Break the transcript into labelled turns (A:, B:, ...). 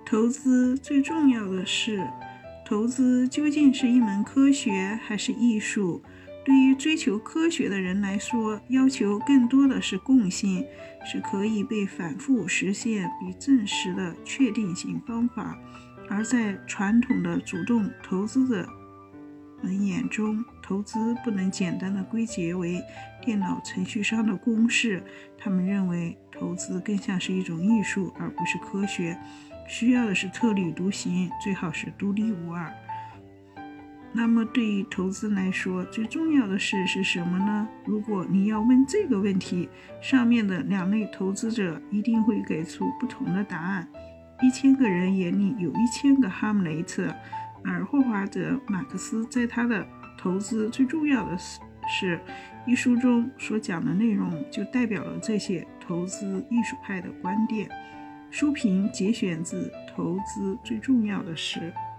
A: 投资最重要的是，投资究竟是一门科学还是艺术？对于追求科学的人来说，要求更多的是共性，是可以被反复实现并证实的确定性方法。而在传统的主动投资者们眼中，投资不能简单的归结为电脑程序上的公式，他们认为投资更像是一种艺术，而不是科学，需要的是特立独行，最好是独一无二。那么对于投资来说，最重要的事是什么呢？如果你要问这个问题，上面的两类投资者一定会给出不同的答案。1000个人眼里有1000个哈姆雷特，而霍华德·马克思在他的投资最重要的是一书中所讲的内容，就代表了这些投资艺术派的观点。书评节选自《投资最重要的事》。